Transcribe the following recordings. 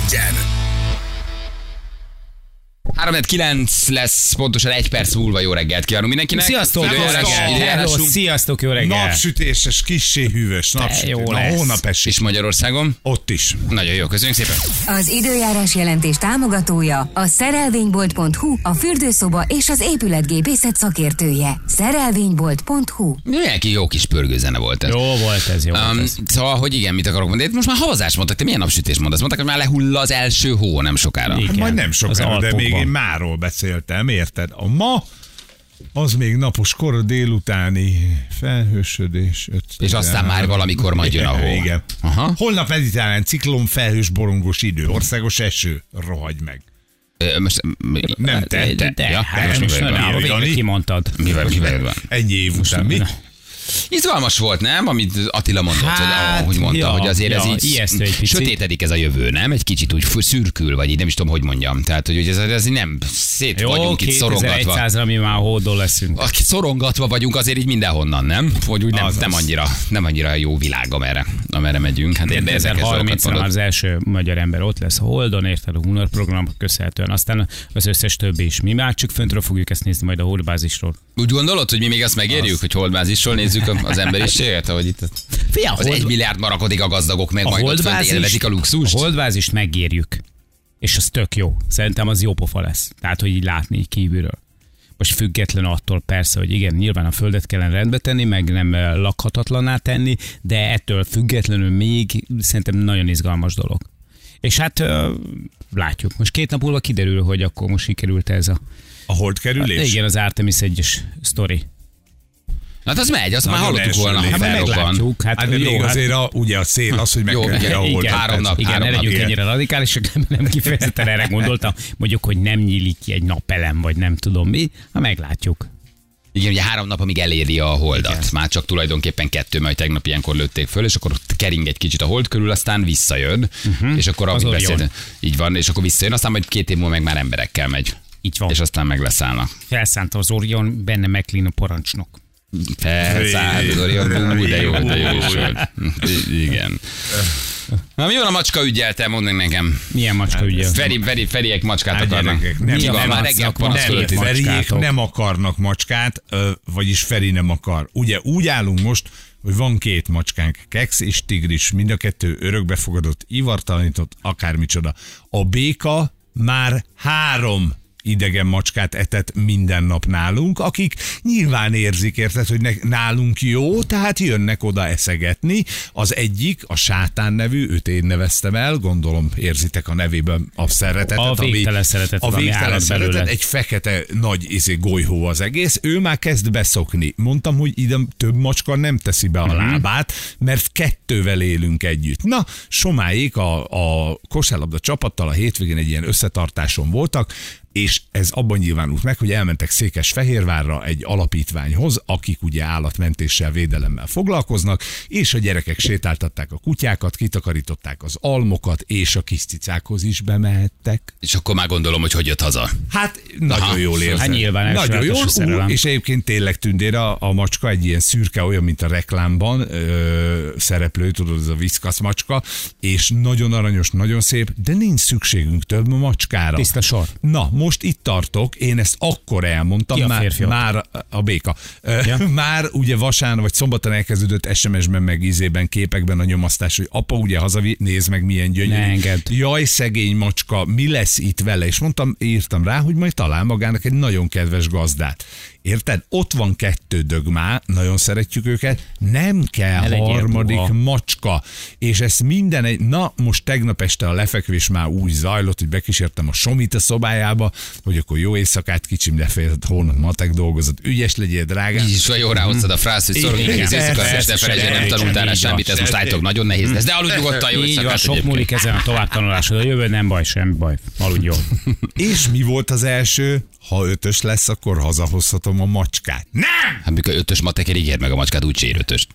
legyen! 3-9 lesz, pontosan 1 perc múlva. Jó reggelt kívánunk mindenkinek. Sziasztok, jó reggel. Sziasztok, jó reggel. Napsütéses, kissé hűvös napsütés. Jó Na, lesz. hónap esik. És Magyarországon? Ott is. Nagyon jó, köszönjük szépen. Az időjárás jelentés támogatója a szerelvénybolt.hu, a fürdőszoba és az épületgépészet szakértője. Szerelvénybolt.hu. Milyen jó kis pörgőzene volt ez. Jó volt ez, jó volt ez. Szóval, hogy igen, mit akarok mondani? Most már havazás mondtak, te milyen napsütés mondasz? Mondták, hogy már lehull az első hó nem sokára. Igen. Majd nem Az sokára, de még Alpokban. én máról beszéltem, érted? A ma az még napos kora délutáni felhősödés. És aztán már valamikor majd jön a hó. Igen. Aha. Holnap mediterrán ciklon, felhős, borongos idő, országos eső, rohagy meg. Most, Nem te. De, Ja, hát most most mivel a van? végre kimondtad. Mivel van? Ennyi év után mi? Izgalmas volt, nem? Amit Attila mondott, Hát, hogy mondta, ja, hogy azért ja, ez így ijesztő egy picit. sötétedik ez a jövő, nem? Egy kicsit úgy szürkül, vagy így nem is tudom, hogy mondjam. Tehát, hogy ez így nem szét Jó, vagyunk itt szorongatva. 2100-ra mi már hódon leszünk. Szorongatva vagyunk azért így mindenhonnan, nem? Hogy úgy nem annyira jó világ, amerre megyünk. Hát érdekes dolgokat 2030-ra mondott. már az első magyar ember ott lesz a Holdon, érted, a Hunor program köszönhetően. Aztán az összes többi is. Mi már csak föntről fogjuk ezt nézni majd a holdbázisról. Úgy gondolod, hogy mi még azt megérjük, hogy holdbázisról nézzük az emberiséget, ahogy itt az 1 milliárd marakodik a gazdagok, meg majd ott fönt élvezik a luxust? A holdbázist megérjük. És az tök jó. Szerintem az jó pofa lesz. Tehát, hogy így látni így kívülről. Most független attól persze, hogy igen, nyilván a földet kellene rendbe tenni, meg nem lakhatatlanná tenni, de ettől függetlenül még szerintem nagyon izgalmas dolog. És hát látjuk. Most 2 nap múlva kiderül, hogy akkor most sikerült ez A holdkerülés? igen, az Artemis 1-es sztori. Hát az megy, azt már Nagyon hallottuk első volna, lépés. ha Hát felrobban. meglátjuk. Hát de még azért ugye a cél az, hogy meg Jó, kell igen, a hold. igen. 3 nap. Igen, ne legyünk igen. ennyire radikálisak, nem kifejezetten erre gondoltam. Mondjuk, hogy nem nyílik ki egy napelem, vagy nem tudom mi. Ha meglátjuk. Igen, ugye 3 nap, amíg eléri a holdat. Igen. Már csak tulajdonképpen 2, majd tegnap ilyenkor lőtték föl, és akkor kering egy kicsit a hold körül, aztán visszajön, és akkor Az amit Orion. beszélt, így van, és akkor visszajön, aztán majd 2 év múlva meg már emberekkel megy. Így van. És aztán meg leszállnak. Felszánta az Orion, benne McLean a parancsnok. Felszállt az Orion, de jó is volt. Igen. Na, mi van a macska ügyel, te mondd meg nekem. Milyen macska ügye? Feriek macskát Hát akarnak. gyerekek, nem Mi van, igen, már reggel van az nem, fölött. nem. Feriék macskátok. nem akarnak macskát, vagyis Feri nem akar. Ugye úgy állunk most, hogy van 2 macskánk, Kex és Tigris, mind a 2 örökbefogadott, ivartalanított, akármicsoda. A béka már 3 idegen macskát etett minden nap nálunk, akik nyilván érzik, érted, hogy nálunk jó, tehát jönnek oda eszegetni. Az egyik, a Sátán nevű, őt én neveztem el, gondolom érzitek a nevében a szeretetet. A végtelen szeretet, A ami végtelen állat szeretet, belőle. egy fekete nagy golyhó az egész, ő már kezd beszokni. Mondtam, hogy ide több macska nem teszi be a lábát, mert 2-vel élünk együtt. Na, Somáék a kosárlabda csapattal a hétvégén egy ilyen összetartáson voltak, és ez abban nyilvánult meg, hogy elmentek Székesfehérvárra egy alapítványhoz, akik ugye állatmentéssel, védelemmel foglalkoznak, és a gyerekek sétáltatták a kutyákat, kitakarították az almokat, és a kis cicákhoz is bemehettek. És akkor már gondolom, hogy jött haza. Hát nagyon jól érzed. Hát nyilván nagyon elsőletes jól, a szerelem. és egyébként tényleg tündér a macska, egy ilyen szürke, olyan, mint a reklámban szereplő, tudod, ez a Whiskas macska, és nagyon aranyos, nagyon szép, de nincs szükségünk több macskára. Tiszta sor. Na, most itt tartok, én ezt akkor elmondtam, Ki a férfi ott? már a béka. Ja. Már ugye vasárnap vagy szombaton elkezdődött SMS-ben, meg ízében, képekben a nyomasztás, hogy apa ugye hazavi, nézd meg milyen gyönyörű. Ne engedd. Jaj, szegény macska, mi lesz itt vele? És mondtam, írtam rá, hogy majd talál magának egy nagyon kedves gazdát. Érted? Ott van 2 dögmá, nagyon szeretjük őket, nem kell Ne legyél harmadik puha. macska. És ezt minden egy... Na, most tegnap este a lefekvés már úgy zajlott, hogy bekísértem a Somit a szobájába, hogy akkor jó éjszakát, kicsim, de fél hónap matek dolgozott, ügyes legyél, drágám. Így is van, jó ráhoztad a frász, hogy szorong Igen, egész éjszaka, persze, és ne felejtsd, nem tanultál rá így van. semmit, ez most állítok, nagyon nehéz lesz, de aludj nyugodtan, jó Így van, éjszakát sok egyébként. múlik ezen a továbbtanulásod. A jövő nem baj, semmi baj. Aludj jól. És mi volt az első? Ha 5-ös lesz, akkor hazahozhatom a macskát. Nem! Hát mikor 5-ös mateker ígér meg a macskát, úgy sér 5-öst.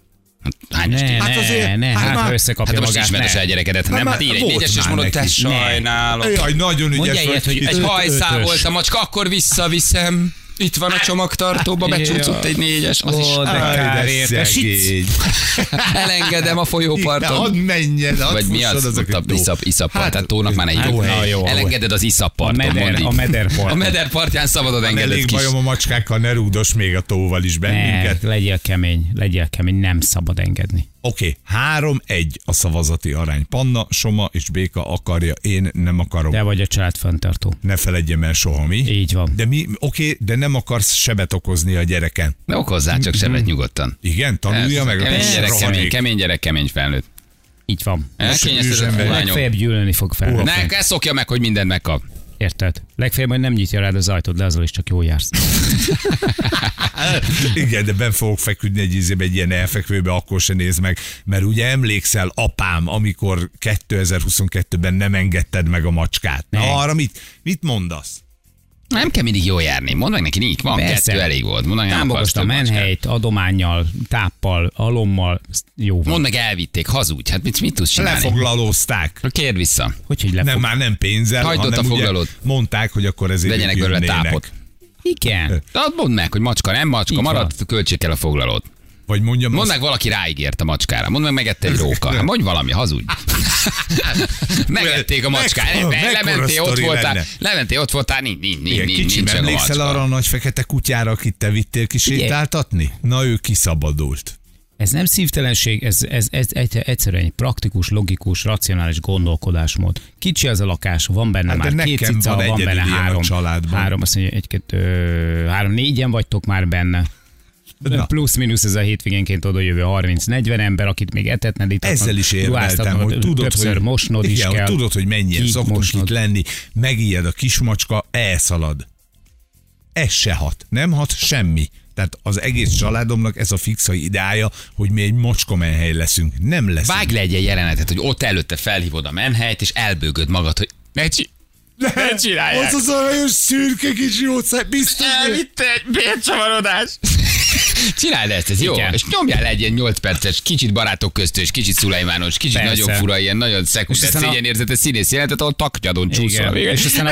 Hány est ír? Hát azért- hát hát már- ha összekapja Hát most magát, ismered ne. el gyerekedet, Hát nem? már Hát ír egy volt 4-es, és már mondod, te neki. sajnálom. Jaj, nagyon ügyes Mondja vagy. ilyet, hogy Egy öt- hajszál ötös. volt a macska, akkor visszaviszem. Itt van a csomagtartóba, becsúszott egy 4-es, az is. Ó, de kár de érte. szegény. Elengedem a folyóparton. Hadd menjen, hadd Vagy mi az? fusson Ott a iszappal, tehát tónak már ne hát, hívjuk. na jó. Elengeded az iszapparton, mondd A mederparton. A mederpartján szabadon engeded Elég kis. bajom a macskákkal, ne rúdos még a tóval is bennünket. Legyél kemény, nem szabad engedni. Oké, 3-1 a szavazati arány. Panna, Soma és Béka akarja, én nem akarom. Te vagy a család fenntartó. Ne feledjem el soha mi. Így van. De mi, oké, de nem akarsz sebet okozni a gyereken. Ne okozzál csak sebet nyugodtan. Igen, tanulja meg a Kemény kis gyerek, rohadék. kemény gyerek, kemény felnőtt. Így van. Elkényeztetett Ősember. lányok. Legfeljebb gyűlölni fog fel. Ne, ezt szokja meg, hogy mindent megkap. Érted? Legfeljebb majd nem nyitja rád az ajtót, de azzal is csak jól jársz. Igen, de ben fogok feküdni egy ilyen elfekvőbe, akkor se nézd meg, mert ugye emlékszel, apám, amikor 2022-ben nem engedted meg a macskát. Na, Nem. arra mit mondasz? Nem kell mindig jól járni. Mondd meg neki, nincs, van, Persze. 2 elég volt. Mondd meg, nem akarsz Támogasd a több macskát. menhelyt, adománnyal, táppal, alommal, ezt jó van. Mondd meg, elvitték, hazudj. Hát mit tudsz csinálni? Lefoglalózták. Kérd vissza. Hogy Nem, már nem pénzzel, Hagyd ott hanem a ugye foglalót. mondták, hogy akkor ezért Legyenek ők belőle jönnének. tápot. Igen. De mondd meg, hogy macska, nem macska, Így marad, költsék el a foglalót. Vagy mondjam Mondd azt, meg, valaki ráígért a macskára. Mondd meg, megette egy róka. Hát mondj valami, hazudj. Megették a macskát. Lementél, ott voltál. Lementél, ott voltál, igen, kicsim, nincs meg a emlékszel arra macska. a nagy fekete kutyára, akit te vittél kisétáltatni? Na, ő kiszabadult. Ez nem szívtelenség, ez egyszerűen egy praktikus, logikus, racionális gondolkodásmód. Kicsi az a lakás, van benne Hát de már 2 nekem cica, van van benne egyedül ilyen a 3. családban. 3, azt mondja, 1, 2, 3, 4-en vagytok már benne. Na. Plusz-minusz ez a hétvégénként oda jövő 30-40 ember, akit még etetned itt. Ezzel is érveltem, hogy tudod, többször hogy, mosnod is igen, kell. hogy tudod, hogy mennyien Kit szoktunk mosnod. itt lenni, megijed a kismacska, elszalad. Ez se hat, nem hat semmi. Tehát az egész családomnak ez a fixa ideája, hogy mi egy mocskamenhely leszünk. Nem leszünk. Vágj le egy ilyen jelenetet, hogy ott előtte felhívod a menhelyt, és elbőgöd magad, hogy ne csinálják. Az az aranyos szürke kis jószág, biztos. Elvitte egy bércsavarodás. Csináld ezt, ez jó. Igen. És nyomjál egy ilyen 8 perces, kicsit barátok köztős, kicsit szulajmános, kicsit Persze. nagyon fura, ilyen nagyon szekunder, És aztán a- szégyenérzetes színész jelentet, ahol taknyadon csúszol a végén. És aztán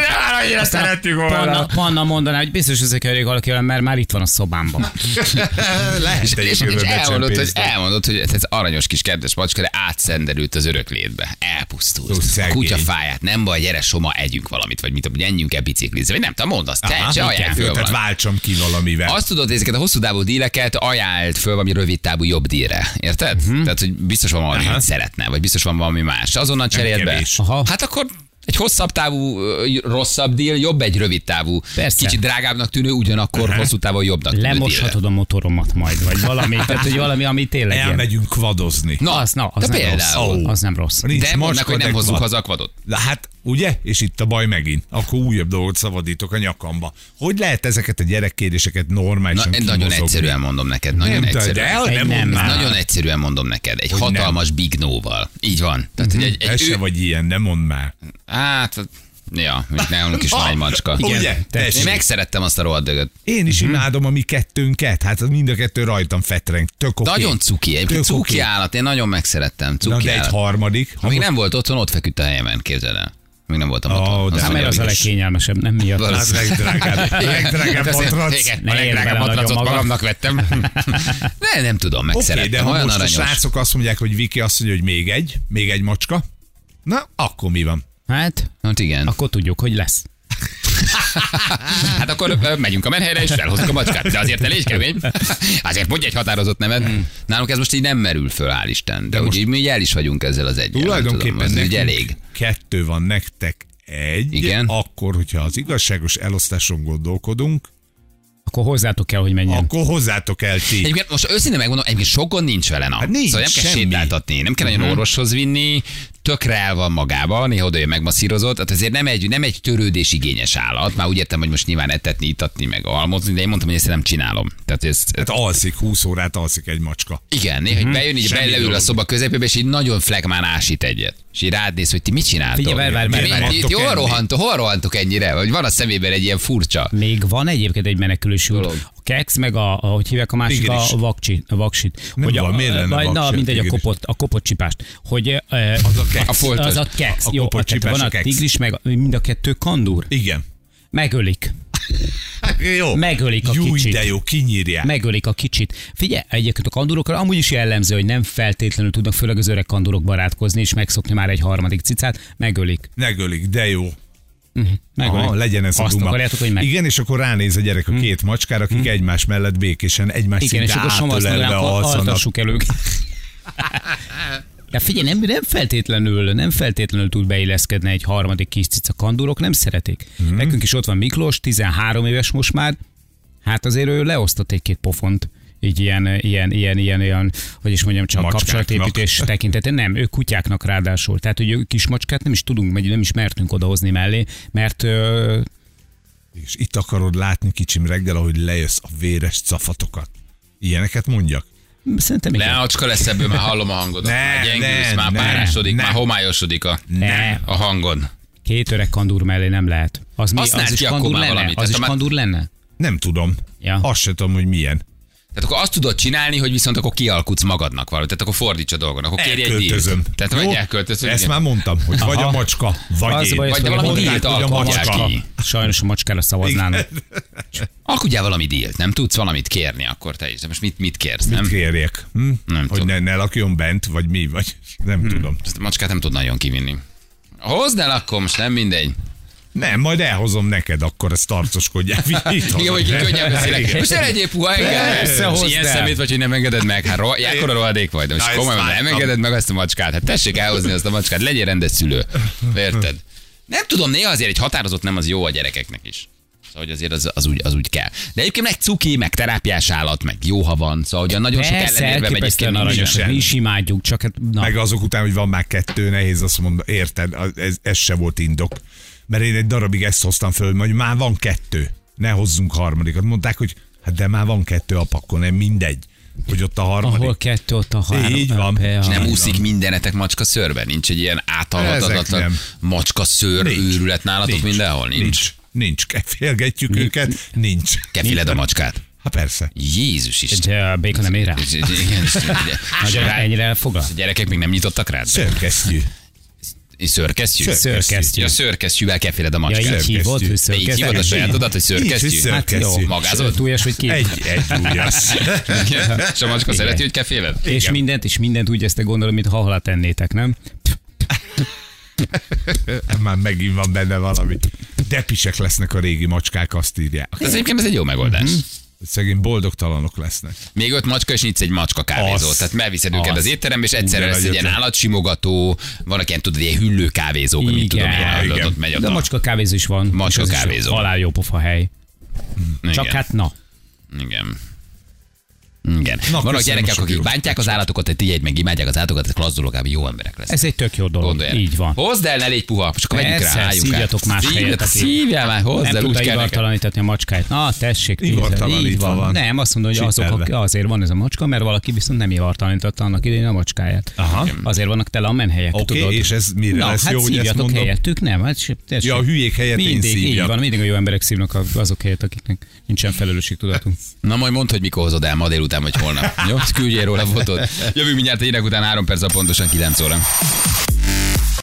a Panna mondaná, hogy biztos összekerüljük valakivel, mert már itt van a szobámban. Lehet egy És jövőbe elmondod, hogy ez aranyos kis kedves macska, de átszenderült az örök létbe. Elpusztult. A Szegény. kutya fáját, nem baj, gyere Soma, együnk valamit, vagy mit tudom, menjünk el biciklizni, vagy nem tudom, mondd azt, te ajánl föl Tehát valamit. váltsam ki valamivel. Azt tudod, hogy ezeket a hosszú távú díleket ajánlt föl valami rövid távú jobb dílre. Érted? Tehát, hogy biztos van valami, amit szeretne, vagy biztos van valami más. Azonnal cseréld be. kevés. Aha. Hát akkor egy hosszabb távú, rosszabb díl, jobb egy rövid távú, Persze. kicsit drágábbnak tűnő, ugyanakkor hosszú távon jobbnak tűnő dílre. Lemoshatod a motoromat majd, vagy valami, tehát hogy valami, ami tényleg ilyen. Elmegyünk kvadozni. Az de nem rossz. például. Az nem rossz. Nincs De mondd meg, macska, hogy nem de hozzuk kvad. haza a kvadot. De hát, ugye? És itt a baj megint. Akkor újabb dolgot szabadítok a nyakamba. Hogy lehet ezeket a gyerekkérdéseket normálisan Nagyon kimozogni? egyszerűen mondom neked, nagyon Nem, de egyszerűen. nem, nem mondd már. már. Nagyon egyszerűen mondom neked, egy Hogy nem. hatalmas big no-val. Így van. Tehát, hogy Ez se vagy ilyen, nem mondd már. hát, ja, nálunk is van egy macska. Ugye? Én Tessék. megszerettem azt a rohadt dögöt. Én is imádom a mi kettőnket. Hát mind a kettő rajtam fetreng. Tök oké. Nagyon cuki, egyébként Tök cuki oké. állat, én nagyon megszerettem. Na, Cuki de egy állat. harmadik. Ha még nem volt otthon, ott feküdt a helyemen, képzeld el. Még nem voltam Ó, otthon. de Az Hát mert az a biztos. legkényelmesebb, nem miatt. Valami- Az legdrágább Hát azért- matrac. igen, Ne a érj legdrágább bele matracot nagyon magamnak vettem. Nem tudom, Oké, megszerettem. de ha Olyan most a aranyos. srácok azt mondják, hogy Viki azt mondja, hogy még egy macska, na, akkor mi van? Hát, Hát igen. akkor tudjuk, hogy lesz. Hát akkor megyünk a menhelyre, és felhozzuk a macskát. De azért elég kemény. Azért mondj egy határozott nevet. Nálunk ez most így nem merül föl, hál' Isten. De most- úgy mi így el is vagyunk ezzel az egyel. Tulajdonképpen Ez így nekünk elég. 2 van, nektek 1. Igen. Akkor, hogyha az igazságos elosztáson gondolkodunk, Akkor hozzátok kell, hogy menjen. akkor hozzátok el ti. Egyébként most őszintén megmondom, egyébként sok gond nincs vele. Hát nincs, szóval nem kell semmi. sétáltatni, nem kell nagyon orvoshoz vinni, tökre el van magában, néha oda jön megmasszírozott, tehát ezért nem egy törődés igényes állat. Már úgy értem, hogy most nyilván etetni, itatni, meg almozni, de én mondtam, hogy ezt nem csinálom. Tehát Hát alszik, 20 órát alszik egy macska. igen, néha hogy bejön, így Semmi beleül a dolog. szoba közepébe, és így nagyon flegmán ásít egyet. És így rád néz, hogy ti mit csináltok? Figyelj, várj, Ti hol enni? rohantok ennyire? Vagy van a szemében egy ilyen furcsa? Még van egyébként egy menekülési út. Dolog. A keks, meg hogy hívják a másik, Tigris. a vaksit. Nem van, miért lenne vagy, na, vaksi, a mindegy, tigris? a kopott csipást. Hogy, Az a keks. A foltos. az a keks. A Jó, kopott tehát csipás van a a keks. tigris, meg mind a kettő kandúr. Igen. Megölik. Jó. Megölik a Júj, kicsit. de jó, kinyírják. Megölik a kicsit. Figyelj, egyébként a kandúrokra amúgy is jellemző, hogy nem feltétlenül tudnak főleg az öreg kandúrok barátkozni, és megszokni már egy harmadik cicát. Megölik. Megölik, de jó. Megölik. Aha, legyen ez a Azt duma. akarjátok, hogy meg... Igen, és akkor ránéz a gyerek a két macskára, akik egymás mellett békésen, egymás Igen, és szinte akkor soha azt átölelve mondanám, alszanak. altassuk el őket. De figyelj, nem feltétlenül tud beilleszkedni egy harmadik kis cica, kandúrok nem szeretik. Nekünk is ott van Miklós, 13 éves most már, hát azért ő leosztott egy-két pofont, így ilyen, hogy is mondjam, csak Macskáknak. kapcsolatépítés tekintetén. Nem, ők kutyáknak ráadásul. Tehát, hogy kis macskát nem is tudunk, vagy nem is mertünk odahozni mellé, mert És itt akarod látni, kicsim, reggel, ahogy lejössz a véres cafatokat. Ilyeneket mondjak? szerintem igen. Leacska lesz ebből, már hallom a hangodat. Már gyengülsz, már párásodik, már homályosodik a hangod. Két öreg kandúr mellé nem lehet. Az Használd is ki akkor kandúr már lenne? valamit. Az is Tehát kandúr lenne? Nem tudom. Ja. Azt se tudom, hogy milyen. Tehát akkor azt tudod csinálni, hogy viszont akkor kialkutsz magadnak valamit. Tehát akkor fordíts a dolgon, akkor kérj egy Elköltözöm. dílt. Tehát vagy elköltözöm. Ezt már mondtam, hogy vagy a macska, vagy Az én. baj, Vagy de valami Mondták, dílt hogy a alkotjál macska. ki. Sajnos a macskára szavaznának. Alkudjál valami dílt, nem tudsz valamit kérni akkor te is. De most mit kérsz, nem? Mit kérjek? Nem Hogy tudom. ne lakjon bent, vagy mi? Vagy nem tudom. Ezt a macskát nem tud nagyon kivinni. Hozd el akkor, most nem mindegy. Nem, majd elhozom neked, akkor ezt tartoskodjál. Igen, hogy könnyen beszélek. Most eredjél puha engem. Persze, Most hozd ilyen el. szemét vagy, hogy nem engeded meg. Hát jákkora rohadék vagy. De most Na, komolyan ezt nem láttam. engeded meg azt a macskát. Hát tessék elhozni azt a macskát. Legyél rendes szülő. Érted? Nem tudom, néha azért egy határozott nem az jó a gyerekeknek is. Szóval, hogy azért az úgy kell. De egyébként meg cuki, meg terápiás állat, meg jó, ha van. Szóval, hogy a nagyon sok Persze, ellenérve megy elképesztően egyébként aranyos. nincsen. Mi is imádjuk, csak hát, na. Meg azok után, hogy van már 2, nehéz azt mondani, érted, ez se volt indok. Mert én egy darabig ezt hoztam föl, hogy már van 2, ne hozzunk harmadikat. Mondták, hogy hát de már van 2 a pakkon, nem mindegy, hogy ott a harmadik. Ahol 2, ott a 3. Így van. És nem Így úszik van. mindenetek macska szőrben? Nincs egy ilyen átalhatatlan Ezek nem. macska szőr Nincs. őrület nálatok mindenhol? Nincs. Félgetjük őket, nincs. Kefiled a macskát? Hát persze. Jézus Isten. De a béka nem ér rá. Igen, Nagyon ennyire elfoglal. a gyerekek még nem nyitottak rád? Szörkesztyű. Szőrkesztyű? Szőrkesztyű. Ja, szőrkesztyűvel keféled a Ja, macskát. így hívod, hogy De így hívod a szörkesztyű. sajátodat, hogy Így, hogy szőrkesztyű? Hát jó, szörkesztyű. Magázod? Túlyos, hogy ki. Egy ujjas. És a macska szereti, hogy keféled? És mindent úgy ezt gondolom, mint ha halál tennétek, nem? Már megint van benne valami. Depisek lesznek a régi macskák, azt írják. Ez egyébként ez egy jó megoldás. Szegény boldogtalanok lesznek. Még 5 macska, és nyitsz egy macska kávézót. Az. Tehát megviszed őket Az. az étterembe, és egyszerre De lesz egy nagy ilyen ötlet. állatsimogató, vannak ilyen, tudod, ilyen hüllő kávézók, amit tudom, Igen. ilyen, Igen. ott megy De a a macska kávézó is van. Macska és az is kávézó. Halál jó pofa hely. Igen. Csak hát na. Igen. Igen. Na, Vannak köszönöm gyerekek, a sok akik jó bántják az állatokat, hogy ti meg imádják az állatokat, ezek klassz dolog, jó emberek lesznek. Ez egy tök jó dolog. Gondolják. Így van. Hozd el, ne légy puha, és akkor vegyük rá, Persze, álljunk szívjatok más helyet, aki- Szívjál már, hozd Nem el, úgy tudta kell neked. ivartalanítatni a macskáit. Na, tessék. Ivartalanítva így van. Nem, azt mondom, hogy azok, Csipelve. azért van ez a macska, mert valaki viszont nem ivartalanította annak idején a macskáját. Aha. Azért vannak tele a menhelyek, Oké, tudod. és ez mire Na, lesz hát jó, hogy ezt szívjatok mondom? helyettük, nem? Hát, tessék. Ja, a hülyék helyett én mindig, így szívjak. van, mindig a jó emberek szívnak azok helyett, akiknek nincsen felelősségtudatunk. Na majd mondd, hogy mikor hozod el, ma délután vagy holnap. Jó? Küldjél róla fotót. Jövünk mindjárt a hírek után 3 perc, pontosan 9 óra.